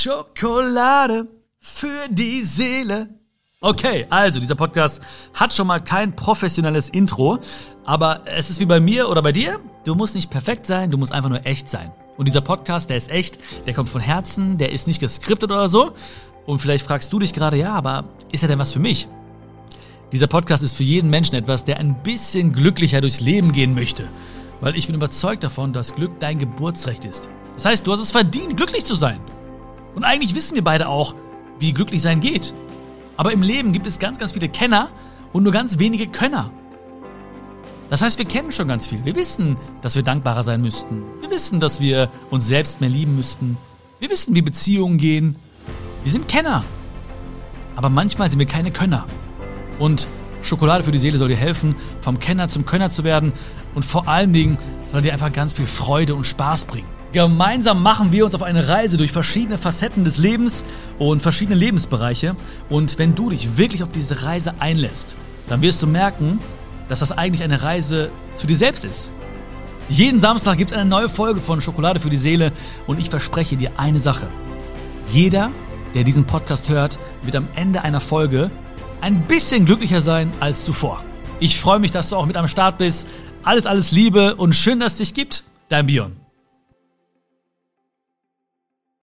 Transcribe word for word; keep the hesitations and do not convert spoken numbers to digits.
Schokolade für die Seele. Okay, also dieser Podcast hat schon mal kein professionelles Intro, aber es ist wie bei mir oder bei dir, du musst nicht perfekt sein, du musst einfach nur echt sein. Und dieser Podcast, der ist echt, der kommt von Herzen, der ist nicht geskriptet oder so. Und vielleicht fragst du dich gerade, ja, aber ist er denn was für mich? Dieser Podcast ist für jeden Menschen etwas, der ein bisschen glücklicher durchs Leben gehen möchte. Weil ich bin überzeugt davon, dass Glück dein Geburtsrecht ist. Das heißt, du hast es verdient, glücklich zu sein. Und eigentlich wissen wir beide auch, wie glücklich sein geht. Aber im Leben gibt es ganz, ganz viele Kenner und nur ganz wenige Könner. Das heißt, wir kennen schon ganz viel. Wir wissen, dass wir dankbarer sein müssten. Wir wissen, dass wir uns selbst mehr lieben müssten. Wir wissen, wie Beziehungen gehen. Wir sind Kenner. Aber manchmal sind wir keine Könner. Und Schokolade für die Seele soll dir helfen, vom Kenner zum Könner zu werden. Und vor allen Dingen soll dir einfach ganz viel Freude und Spaß bringen. Gemeinsam machen wir uns auf eine Reise durch verschiedene Facetten des Lebens und verschiedene Lebensbereiche. Und wenn du dich wirklich auf diese Reise einlässt, dann wirst du merken, dass das eigentlich eine Reise zu dir selbst ist. Jeden Samstag gibt es eine neue Folge von Schokolade für die Seele und ich verspreche dir eine Sache. Jeder, der diesen Podcast hört, wird am Ende einer Folge ein bisschen glücklicher sein als zuvor. Ich freue mich, dass du auch mit am Start bist. Alles, alles Liebe und schön, dass es dich gibt. Dein Björn.